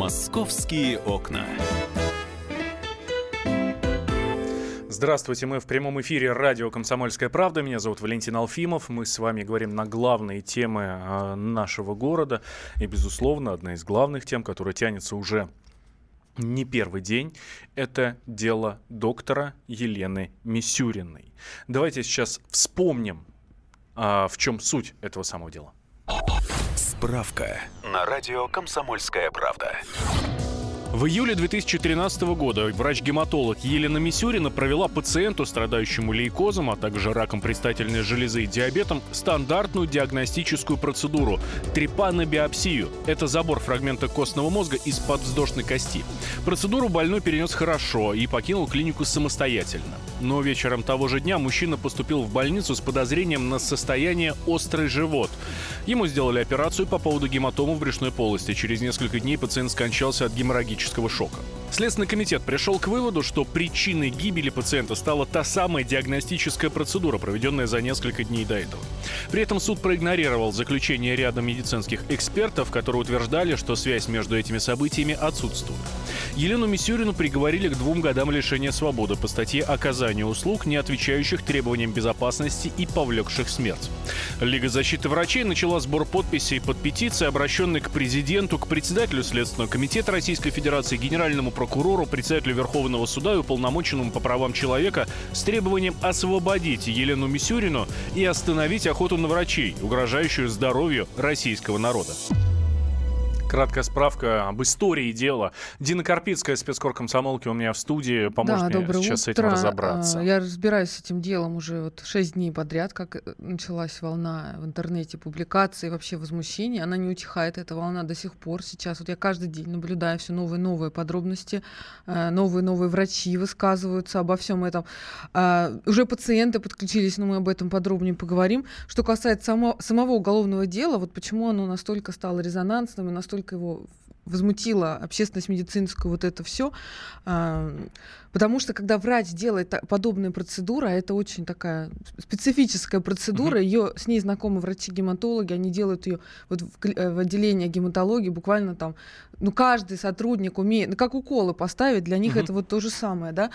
«Московские окна». Здравствуйте, мы в прямом эфире радио «Комсомольская правда». Меня зовут Валентин Алфимов. Мы с вами говорим на главные темы нашего города. И, безусловно, одна из главных тем, которая тянется уже не первый день, это дело доктора Елены Мисюриной. Давайте сейчас вспомним, в чем суть этого самого дела. Справка на радио «Комсомольская правда». В июле 2013 года врач-гематолог Елена Мисюрина провела пациенту, страдающему лейкозом, а также раком предстательной железы и диабетом, стандартную диагностическую процедуру – трепанобиопсию. Это забор фрагмента костного мозга из подвздошной кости. Процедуру больной перенес хорошо и покинул клинику самостоятельно. Но вечером того же дня мужчина поступил в больницу с подозрением на состояние «острый живот». Ему сделали операцию по поводу гематомы в брюшной полости. Через несколько дней пациент скончался от геморрагического шока. Следственный комитет пришел к выводу, что причиной гибели пациента стала та самая диагностическая процедура, проведенная за несколько дней до этого. При этом суд проигнорировал заключение ряда медицинских экспертов, которые утверждали, что связь между этими событиями отсутствует. Елену Мисюрину приговорили к 2 годам лишения свободы по статье «Оказание услуг, не отвечающих требованиям безопасности и повлекших смерть». Лига защиты врачей начала сбор подписей под петицией, обращенной к президенту, к председателю Следственного комитета Российской Федерации, генеральному прокурору, председателю Верховного суда и уполномоченному по правам человека с требованием освободить Елену Мисюрину и остановить охоту на врачей, угрожающую здоровью российского народа. Краткая справка об истории дела. Дина Карпицкая, спецкор комсомолки, у меня в студии. Поможет мне сейчас с этим разобраться. Я разбираюсь с этим делом уже 6 дней подряд, как началась волна в интернете публикаций, вообще возмущений. Она не утихает, эта волна до сих пор. Сейчас я каждый день наблюдаю все новые и новые подробности. Новые и новые врачи высказываются обо всем этом. Уже пациенты подключились, но мы об этом подробнее поговорим. Что касается самого уголовного дела, почему оно настолько стало резонансным и настолько его возмутила общественность медицинскую, это все. Потому что, когда врач делает подобные процедуры, а это очень такая специфическая процедура, с ней знакомы врачи-гематологи, они делают ее в отделении гематологии, буквально там, каждый сотрудник умеет, как уколы поставить, для них это то же самое, да.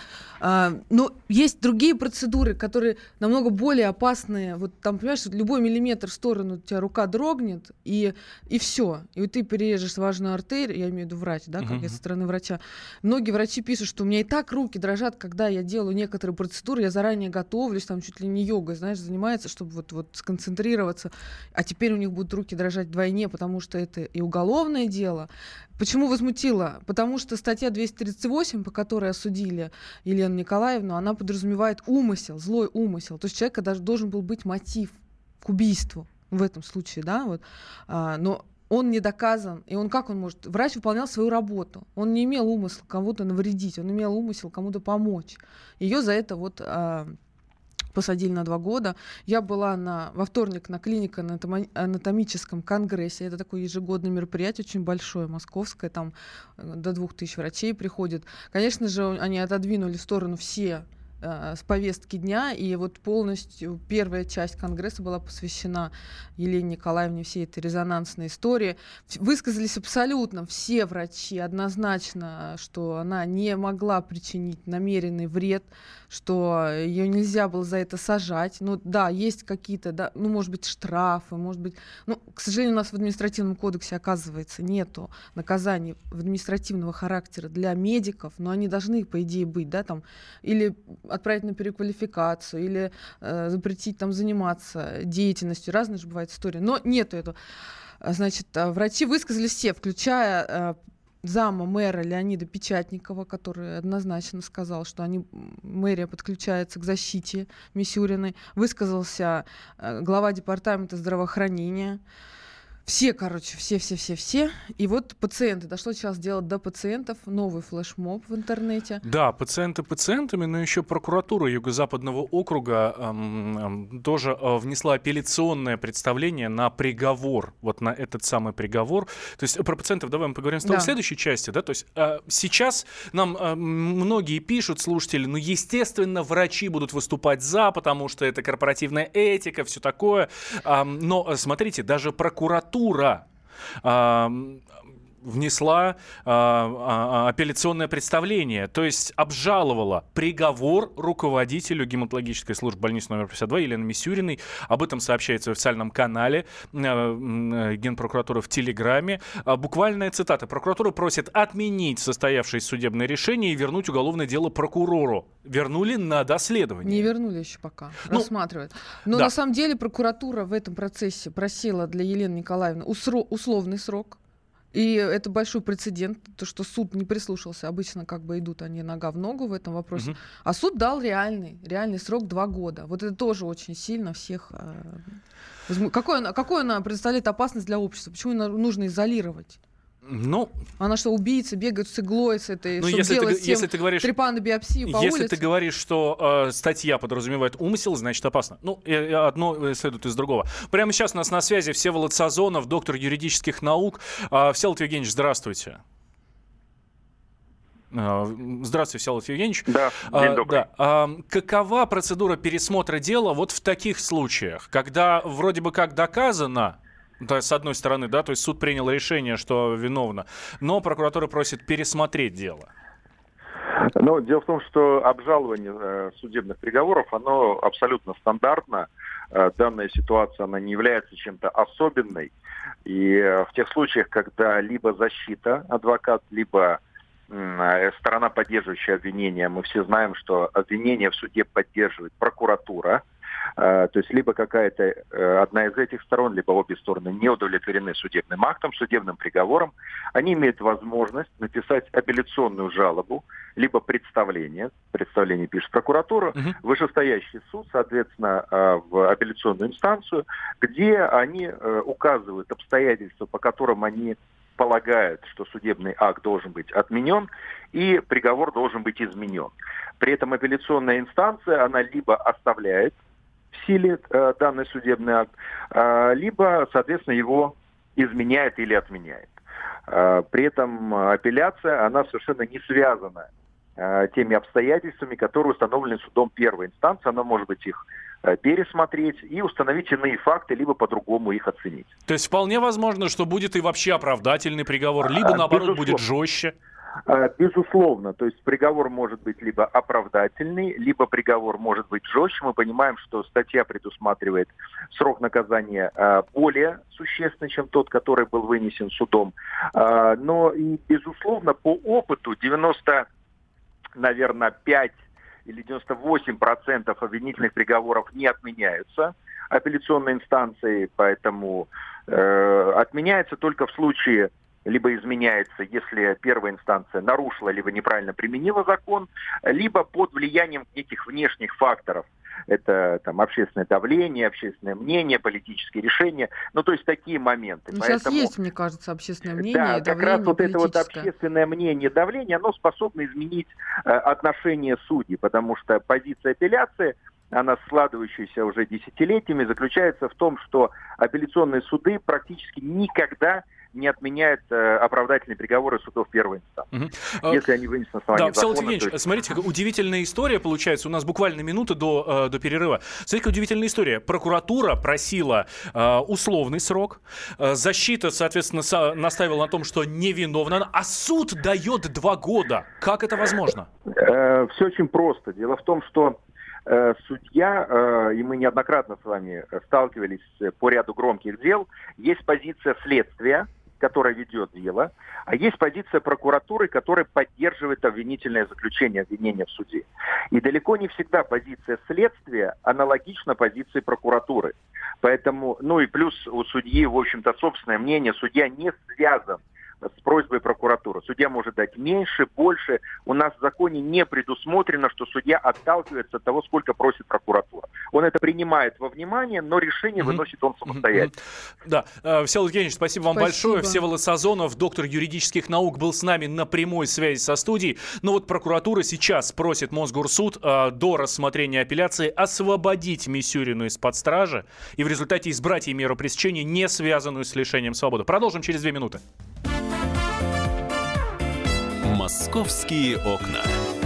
Но есть другие процедуры, которые намного более опасные. Там, понимаешь, любой миллиметр в сторону у тебя рука дрогнет, и все. И ты перережешь важную артерию, я имею в виду врач, да, как я со стороны врача. Многие врачи пишут, что у меня и так руки дрожат, когда я делаю некоторые процедуры, я заранее готовлюсь, там чуть ли не йогой, занимается, чтобы сконцентрироваться. А теперь у них будут руки дрожать вдвойне, потому что это и уголовное дело. Почему возмутило? Потому что статья 238, по которой осудили Елену Николаевну, она подразумевает умысел, злой умысел. То есть у человека даже должен был быть мотив к убийству в этом случае, да, но он не доказан, и как он может? Врач выполнял свою работу, он не имел умысла кому-то навредить, он имел умысел кому-то помочь. Ее за это посадили на 2 года. Я была во вторник на клинико-анатомическом конгрессе. Это такое ежегодное мероприятие, очень большое, московское. Там до 2000 врачей приходит. Конечно же, они отодвинули в сторону все с повестки дня, и полностью первая часть конгресса была посвящена Елене Николаевне, всей этой резонансной истории. Высказались абсолютно все врачи однозначно, что она не могла причинить намеренный вред, что ее нельзя было за это сажать. Да, есть какие-то, может быть, штрафы, может быть... к сожалению, у нас в административном кодексе, оказывается, нету наказаний административного характера для медиков, но они должны, по идее, быть, да, там, или отправить на переквалификацию, или запретить там заниматься деятельностью. Разные же бывают истории. Но нету этого. Значит, врачи высказались все, включая зама мэра Леонида Печатникова, который однозначно сказал, что мэрия подключается к защите Мисюриной. Высказался глава департамента здравоохранения. Все. И пациенты. Дошло сейчас дело до пациентов. Новый флешмоб в интернете. Да, пациенты пациентами, но еще прокуратура Юго-Западного округа тоже внесла апелляционное представление на приговор. На этот самый приговор. То есть про пациентов давай мы поговорим в следующей части. Да? То есть сейчас нам многие пишут, слушатели, естественно, врачи будут выступать за, потому что это корпоративная этика, все такое. Но смотрите, даже прокуратура внесла апелляционное представление, то есть обжаловала приговор руководителю гематологической службы больницы номер 52 Елены Мисюриной. Об этом сообщается в официальном канале Генпрокуратуры в Телеграме. Буквальная цитата. Прокуратура просит отменить состоявшееся судебное решение и вернуть уголовное дело прокурору. Вернули на доследование. Не вернули еще пока. Рассматривают. Но да. На самом деле прокуратура в этом процессе просила для Елены Николаевны условный срок. И это большой прецедент, то, что суд не прислушался. Обычно как бы идут они нога в ногу в этом вопросе. Угу. А суд дал реальный срок 2 года. Вот это тоже очень сильно всех... Какую она представляет опасность для общества? Почему ее нужно изолировать? Она что, убийца, бегает с иглой, с этой, чтобы делать трепанобиопсию по улице? Если ты говоришь, что статья подразумевает умысел, значит опасно. Одно следует из другого. Прямо сейчас у нас на связи Всеволод Сазонов, доктор юридических наук. Всеволод Евгеньевич, здравствуйте. Здравствуйте, Всеволод Евгеньевич. Да, день добрый. Какова процедура пересмотра дела вот в таких случаях, когда вроде бы как доказано, с одной стороны, да, то есть суд принял решение, что виновна, но прокуратура просит пересмотреть дело? Дело в том, что обжалование судебных приговоров, оно абсолютно стандартно. Данная ситуация, она не является чем-то особенной. И в тех случаях, когда либо защита, адвокат, либо сторона, поддерживающая обвинение, мы все знаем, что обвинение в суде поддерживает прокуратура. То есть либо какая-то одна из этих сторон, либо обе стороны не удовлетворены судебным актом, судебным приговором, они имеют возможность написать апелляционную жалобу, либо представление пишет прокуратура, вышестоящий суд, соответственно, в апелляционную инстанцию, где они указывают обстоятельства, по которым они полагают, что судебный акт должен быть отменен и приговор должен быть изменен. При этом апелляционная инстанция, она либо оставляет в силе данный судебный акт, либо, соответственно, его изменяет или отменяет. При этом апелляция, она совершенно не связана теми обстоятельствами, которые установлены судом первой инстанции. Она может быть их пересмотреть и установить иные факты, либо по-другому их оценить. То есть вполне возможно, что будет и вообще оправдательный приговор, либо наоборот будет жестче? Безусловно. То есть приговор может быть либо оправдательный, либо приговор может быть жестче. Мы понимаем, что статья предусматривает срок наказания более существенный, чем тот, который был вынесен судом. Но и, безусловно, по опыту 5 или 98% обвинительных приговоров не отменяются апелляционной инстанцией, поэтому отменяется только в случае, либо изменяется, если первая инстанция нарушила, либо неправильно применила закон, либо под влиянием неких внешних факторов. Это общественное давление, общественное мнение, политические решения. То есть такие моменты. Сейчас есть, мне кажется, общественное мнение, да, давление, как раз вот это вот политическое. общественное мнение, давление, оно способно изменить отношение судей, потому что позиция апелляции, она складывающаяся уже десятилетиями, заключается в том, что апелляционные суды практически никогда не отменяет оправдательные приговоры судов первой инстанции. Если они вынесены на основании закона. Всеволод Евгеньевич, смотрите, какая удивительная история получается. У нас буквально минута до перерыва. Смотрите, какая удивительная история. Прокуратура просила условный срок. Защита, соответственно, настаивала на том, что невиновна. А суд дает 2 года. Как это возможно? Все очень просто. Дело в том, что судья, и мы неоднократно с вами сталкивались по ряду громких дел, есть позиция следствия, которая ведет дело, а есть позиция прокуратуры, которая поддерживает обвинительное заключение обвинения в суде. И далеко не всегда позиция следствия аналогична позиции прокуратуры. Поэтому, и плюс у судьи, в общем-то, собственное мнение, судья не связан с просьбой прокуратуры. Судья может дать меньше, больше. У нас в законе не предусмотрено, что судья отталкивается от того, сколько просит прокуратура. Он это принимает во внимание, но решение выносит он самостоятельно. Да. Всеволод Евгеньевич, спасибо вам большое. Всеволод Сазонов, доктор юридических наук, был с нами на прямой связи со студией. Но вот прокуратура сейчас просит Мосгорсуд до рассмотрения апелляции освободить Мисюрину из-под стражи и в результате избрать ей меру пресечения, не связанную с лишением свободы. Продолжим через 2 минуты. «Московские окна».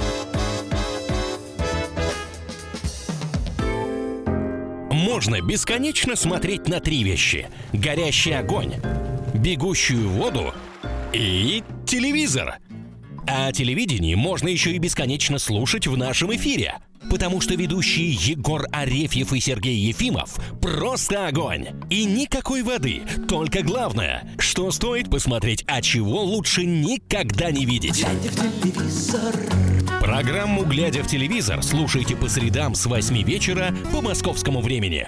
Можно бесконечно смотреть на 3 вещи: горящий огонь, бегущую воду и телевизор. А телевидение можно еще и бесконечно слушать в нашем эфире. Потому что ведущие Егор Арефьев и Сергей Ефимов просто огонь. И никакой воды, только главное, что стоит посмотреть, а чего лучше никогда не видеть. Глядя в телевизор. Программу «Глядя в телевизор» слушайте по средам с 8 вечера по московскому времени.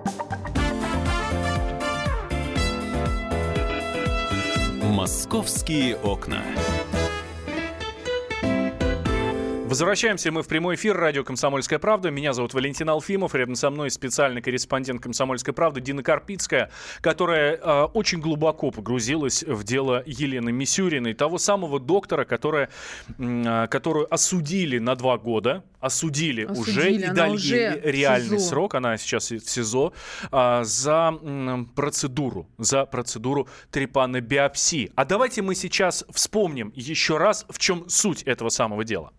«Московские окна». Возвращаемся мы в прямой эфир. Радио «Комсомольская правда». Меня зовут Валентин Алфимов. Рядом со мной специальный корреспондент «Комсомольской правды» Дина Карпицкая, которая очень глубоко погрузилась в дело Елены Мисюриной, того самого доктора, которую осудили на 2 года. Осудили уже и дали ей реальный срок. Она сейчас в СИЗО за процедуру трепанобиопсии. А давайте мы сейчас вспомним еще раз, в чем суть этого самого дела.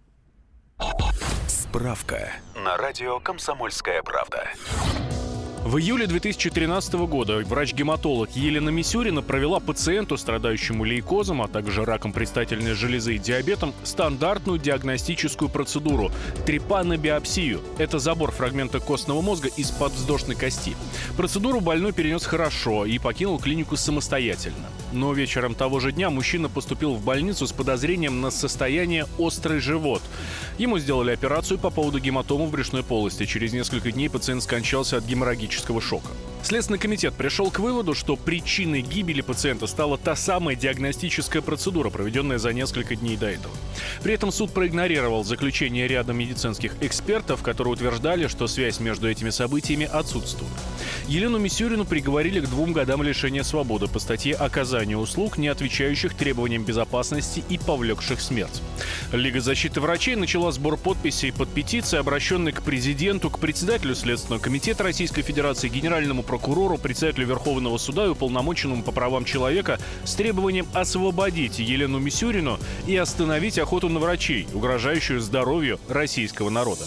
Справка на радио «Комсомольская правда». В июле 2013 года врач-гематолог Елена Мисюрина провела пациенту, страдающему лейкозом, а также раком предстательной железы и диабетом, стандартную диагностическую процедуру – трепанобиопсию. Это забор фрагмента костного мозга из подвздошной кости. Процедуру больной перенес хорошо и покинул клинику самостоятельно. Но вечером того же дня мужчина поступил в больницу с подозрением на состояние «острый живот». Ему сделали операцию по поводу гематомы в брюшной полости. Через несколько дней пациент скончался от геморрагического шока. Следственный комитет пришел к выводу, что причиной гибели пациента стала та самая диагностическая процедура, проведенная за несколько дней до этого. При этом суд проигнорировал заключение ряда медицинских экспертов, которые утверждали, что связь между этими событиями отсутствует. Елену Мисюрину приговорили к 2 годам лишения свободы по статье «Оказание услуг, не отвечающих требованиям безопасности и повлекших смерть». Лига защиты врачей начала сбор подписей под петицией, обращенной к президенту, к председателю Следственного комитета Российской Федерации, генеральному прокурору, председателю Верховного суда и уполномоченному по правам человека с требованием освободить Елену Мисюрину и остановить охоту на врачей, угрожающую здоровью российского народа.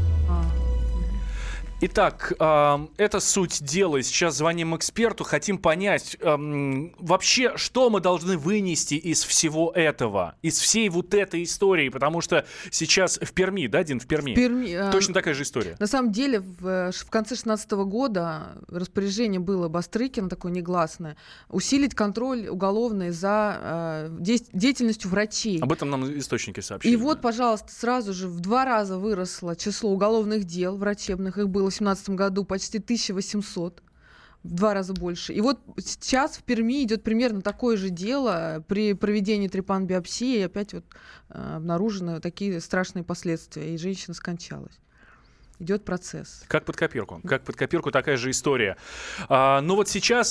Итак, это суть дела. Сейчас звоним эксперту, хотим понять вообще, что мы должны вынести из всего этого, из всей вот этой истории, потому что сейчас в Перми, да, Дин, в Перми точно такая же история. На самом деле, в конце 2016 года распоряжение было Бастрыкина, такое негласное, усилить контроль уголовный за деятельностью врачей. Об этом нам источники сообщили. И вот, пожалуйста, сразу же в 2 раза выросло число уголовных дел врачебных, их было в 2017 году почти 1800, в 2 раза больше. И вот сейчас в Перми идет примерно такое же дело. При проведении трепанобиопсии опять вот обнаружены такие страшные последствия, и женщина скончалась. Идет процесс. Как под копирку такая же история. Но вот сейчас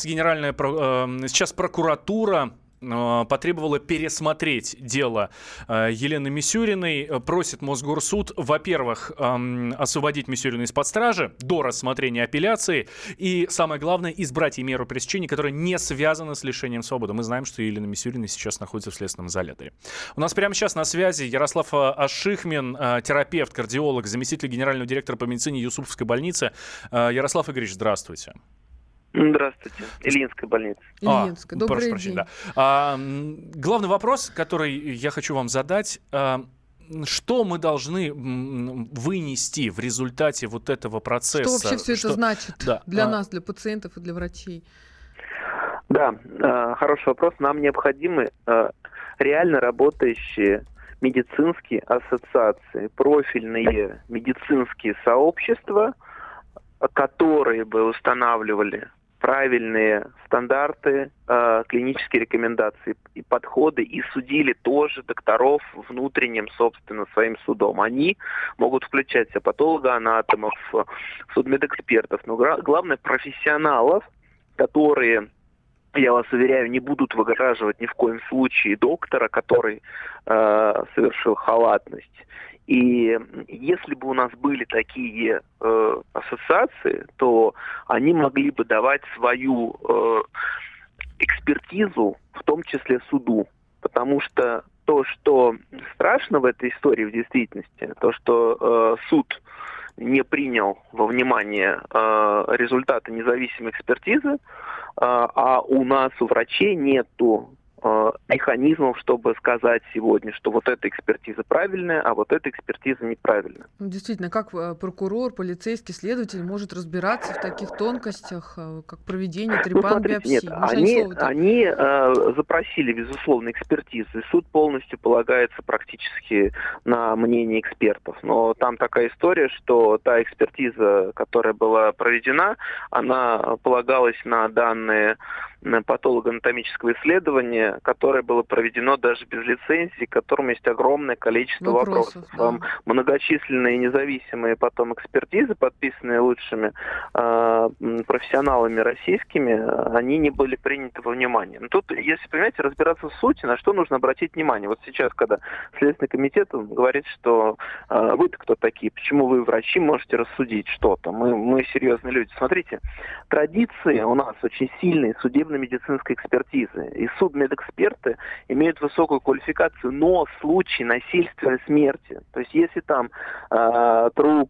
сейчас прокуратура потребовала пересмотреть дело Елены Мисюриной, просит Мосгорсуд, во-первых, освободить Мисюрину из-под стражи до рассмотрения апелляции и, самое главное, избрать ей меру пресечения, которая не связана с лишением свободы. Мы знаем, что Елена Мисюрина сейчас находится в следственном изоляторе. У нас прямо сейчас на связи Ярослав Ашихмин, терапевт, кардиолог, заместитель генерального директора по медицине Юсуповской больницы. Ярослав Игоревич, здравствуйте. Здравствуйте. Ильинская больница. Ильинская. Добрый день. Да. Главный вопрос, который я хочу вам задать. Что мы должны вынести в результате вот этого процесса? Что вообще все это значит для нас, для пациентов и для врачей? Да, хороший вопрос. Нам необходимы реально работающие медицинские ассоциации, профильные медицинские сообщества, которые бы устанавливали правильные стандарты, клинические рекомендации и подходы, и судили тоже докторов внутренним, собственно, своим судом. Они могут включать патологоанатомов, судмедэкспертов, но главное профессионалов, которые, я вас уверяю, не будут выгораживать ни в коем случае доктора, который совершил халатность. И если бы у нас были такие ассоциации, то они могли бы давать свою экспертизу, в том числе суду. Потому что то, что страшно в этой истории в действительности, то, что суд не принял во внимание результаты независимой экспертизы, а у нас, у врачей, нету механизмов, чтобы сказать сегодня, что вот эта экспертиза правильная, а вот эта экспертиза неправильная. Действительно, как прокурор, полицейский, следователь может разбираться в таких тонкостях, как проведение трепан-биопсии? Нет, они запросили, безусловно, экспертизу, и суд полностью полагается практически на мнение экспертов. Но там такая история, что та экспертиза, которая была проведена, она полагалась на данные патологоанатомического исследования, которое было проведено даже без лицензии, к которому есть огромное количество вопросов. Да. Многочисленные независимые потом экспертизы, подписанные лучшими профессионалами российскими, они не были приняты во внимание. Но тут, если, понимаете, разбираться в сути, на что нужно обратить внимание. Вот сейчас, когда Следственный комитет говорит, что вы-то кто такие, почему вы, врачи, можете рассудить что-то, мы серьезные люди. Смотрите, традиции у нас очень сильные судебно-медицинской экспертизы. И судмедэксперты имеют высокую квалификацию, но в случае насильственной смерти, то есть если там труп,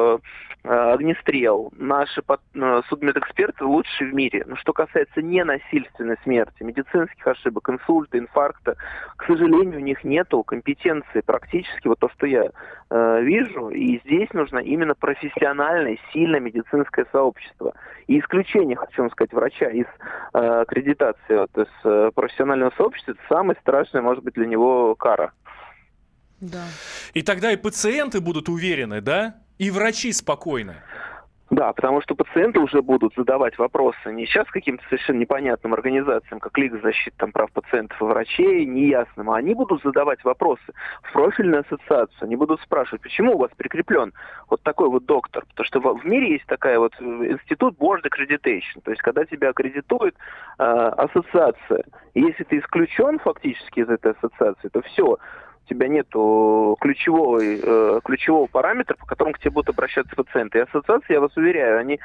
огнестрел, наши судмедэксперты лучшие в мире. Но что касается ненасильственной смерти, медицинских ошибок, инсульта, инфаркта, к сожалению, у них нету компетенции практически, вот то, что я вижу, и здесь нужно именно профессиональное, сильное медицинское сообщество. И исключение, хочу вам сказать, врача из аккредитации, то есть профессионального сообщества, это самая страшная, может быть, для него кара. Да. И тогда и пациенты будут уверены, да? И врачи спокойны. Да, потому что пациенты уже будут задавать вопросы не сейчас каким-то совершенно непонятным организациям, как Лига защиты прав пациентов и врачей, неясным, а они будут задавать вопросы в профильную ассоциацию. Они будут спрашивать, почему у вас прикреплен вот такой вот доктор. Потому что в мире есть такая вот институт Board Accreditation, то есть когда тебя аккредитует ассоциация. И если ты исключен фактически из этой ассоциации, то все. У тебя нету ключевого параметра, по которому к тебе будут обращаться пациенты. И ассоциации, я вас уверяю, они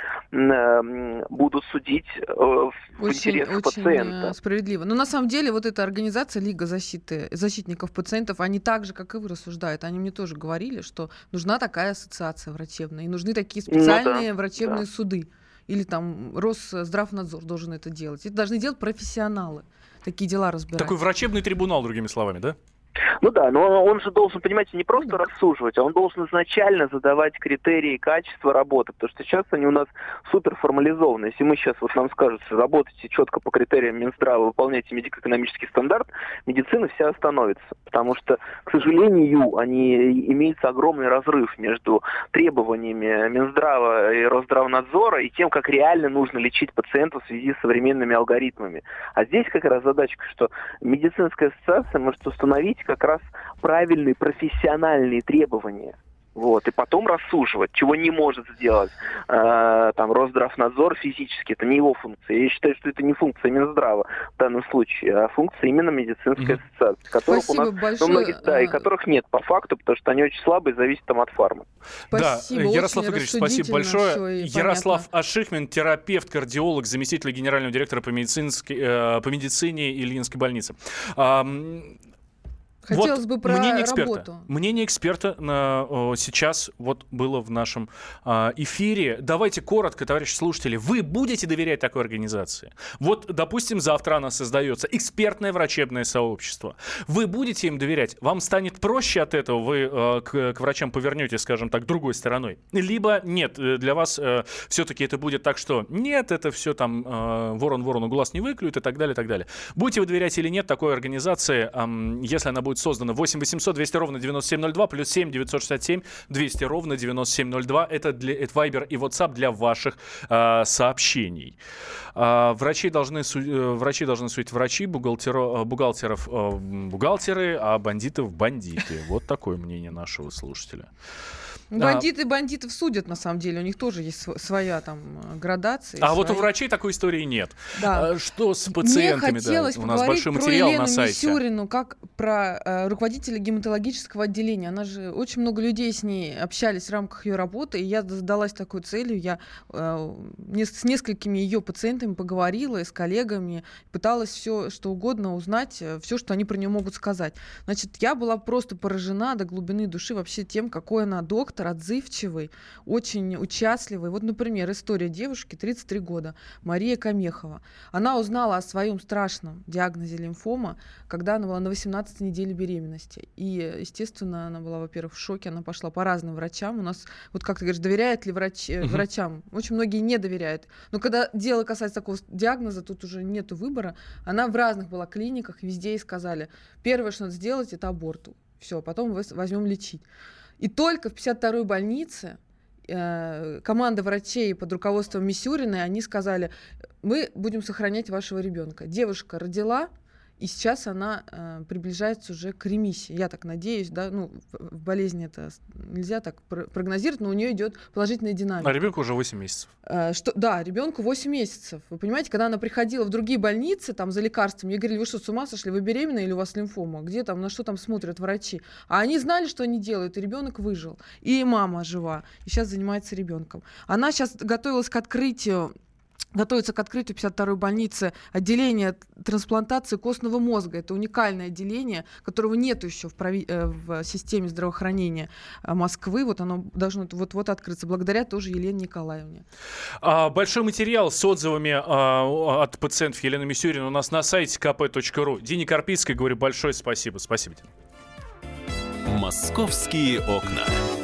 будут судить в интересах пациента. Очень справедливо. Но на самом деле вот эта организация Лига защитников пациентов, они так же, как и вы, рассуждают. Они мне тоже говорили, что нужна такая ассоциация врачебная, и нужны такие специальные врачебные суды. Или там Росздравнадзор должен это делать. Это должны делать профессионалы. Такие дела разбирать. Такой врачебный трибунал, другими словами, да? Ну да, но он же должен, понимаете, не просто рассуживать, а он должен изначально задавать критерии качества работы, потому что сейчас они у нас супер формализованы. Если мы сейчас, вот нам скажут, работайте четко по критериям Минздрава, выполняйте медико-экономический стандарт, медицина вся остановится, потому что, к сожалению, имеется огромный разрыв между требованиями Минздрава и Росздравнадзора и тем, как реально нужно лечить пациентов в связи с современными алгоритмами. А здесь как раз задачка, что медицинская ассоциация может установить как раз правильные профессиональные требования. Вот, и потом рассуживать, чего не может сделать Росздравнадзор физически, это не его функция. Я считаю, что это не функция Минздрава в данном случае, а функция именно медицинской ассоциации, которых Спасибо у нас большое. и которых нет по факту, потому что они очень слабые, зависят там от фармы. Спасибо, да, Ярослав Игоревич, спасибо большое. Ярослав Ашихмин, терапевт, кардиолог, заместитель генерального директора по медицине Ильинской больницы. Хотелось бы про работу. Мнение эксперта сейчас вот было в нашем эфире. Давайте коротко, товарищи слушатели, вы будете доверять такой организации? Вот, допустим, завтра она создается, экспертное врачебное сообщество. Вы будете им доверять? Вам станет проще от этого? Вы к врачам повернетесь, скажем так, другой стороной? Либо нет, для вас все-таки это будет так, что нет, это все там ворон ворону глаз не выклюет и так далее, и так далее. Будете вы доверять или нет такой организации, если она будет создана? 8 800 200 ровно 9702 плюс 7 967 200 ровно 9702. Это Viber и WhatsApp для ваших сообщений. Врачи должны судить врачи, бухгалтеров бухгалтеры, а бандитов бандиты. Вот такое мнение нашего слушателя. Бандиты бандитов судят, на самом деле. У них тоже есть своя там градация. Вот у врачей такой истории нет. Да. Что с пациентами? Мне хотелось у нас большой материал про Елену на сайте. Мисюрину, как про руководителя гематологического отделения. Она же, очень много людей с ней общались в рамках ее работы, и я задалась такой целью. Я с несколькими ее пациентами поговорила, и с коллегами, пыталась все, что угодно узнать, все, что они про нее могут сказать. Значит, я была просто поражена до глубины души вообще тем, какой она доктор, доктор, отзывчивый, очень участливый. Вот, например, история девушки, 33 года, Мария Камехова. Она узнала о своем страшном диагнозе лимфома, когда она была на 18 неделе беременности. И, естественно, она была, во-первых, в шоке, она пошла по разным врачам. У нас, вот как ты говоришь, доверяют ли врачам? Очень многие не доверяют. Но когда дело касается такого диагноза, тут уже нету выбора. Она в разных была клиниках, везде ей сказали, первое, что надо сделать, это аборт. Все, потом возьмем лечить. И только в 52-й больнице команда врачей под руководством Мисюриной, они сказали, мы будем сохранять вашего ребенка. Девушка родила, и сейчас она приближается уже к ремиссии. Я так надеюсь, да, ну, в болезни это нельзя так прогнозировать, но у нее идет положительная динамика. А ребенку уже 8 месяцев. Да, ребенку 8 месяцев. Вы понимаете, когда она приходила в другие больницы там, за лекарствами, ей говорили, вы что, с ума сошли, вы беременны или у вас лимфома? Где там, на что там смотрят врачи? А они знали, что они делают, и ребенок выжил. И мама жива, и сейчас занимается ребенком. Она сейчас готовится к открытию 52-й больницы отделения трансплантации костного мозга. Это уникальное отделение, которого нет еще в системе здравоохранения Москвы. Вот оно должно вот открыться, благодаря тоже Елене Николаевне. Большой материал с отзывами от пациентов Елены Мисюриной у нас на сайте kp.ru. Дине Карпицкой говорю большое спасибо. Спасибо, Дина. «Московские окна».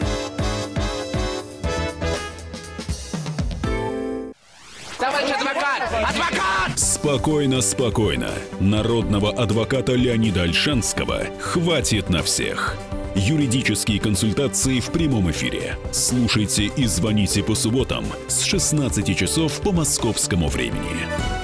Товарищ адвокат! Адвокат! Спокойно, спокойно. Народного адвоката Леонида Ольшанского хватит на всех. Юридические консультации в прямом эфире. Слушайте и звоните по субботам с 16 часов по московскому времени.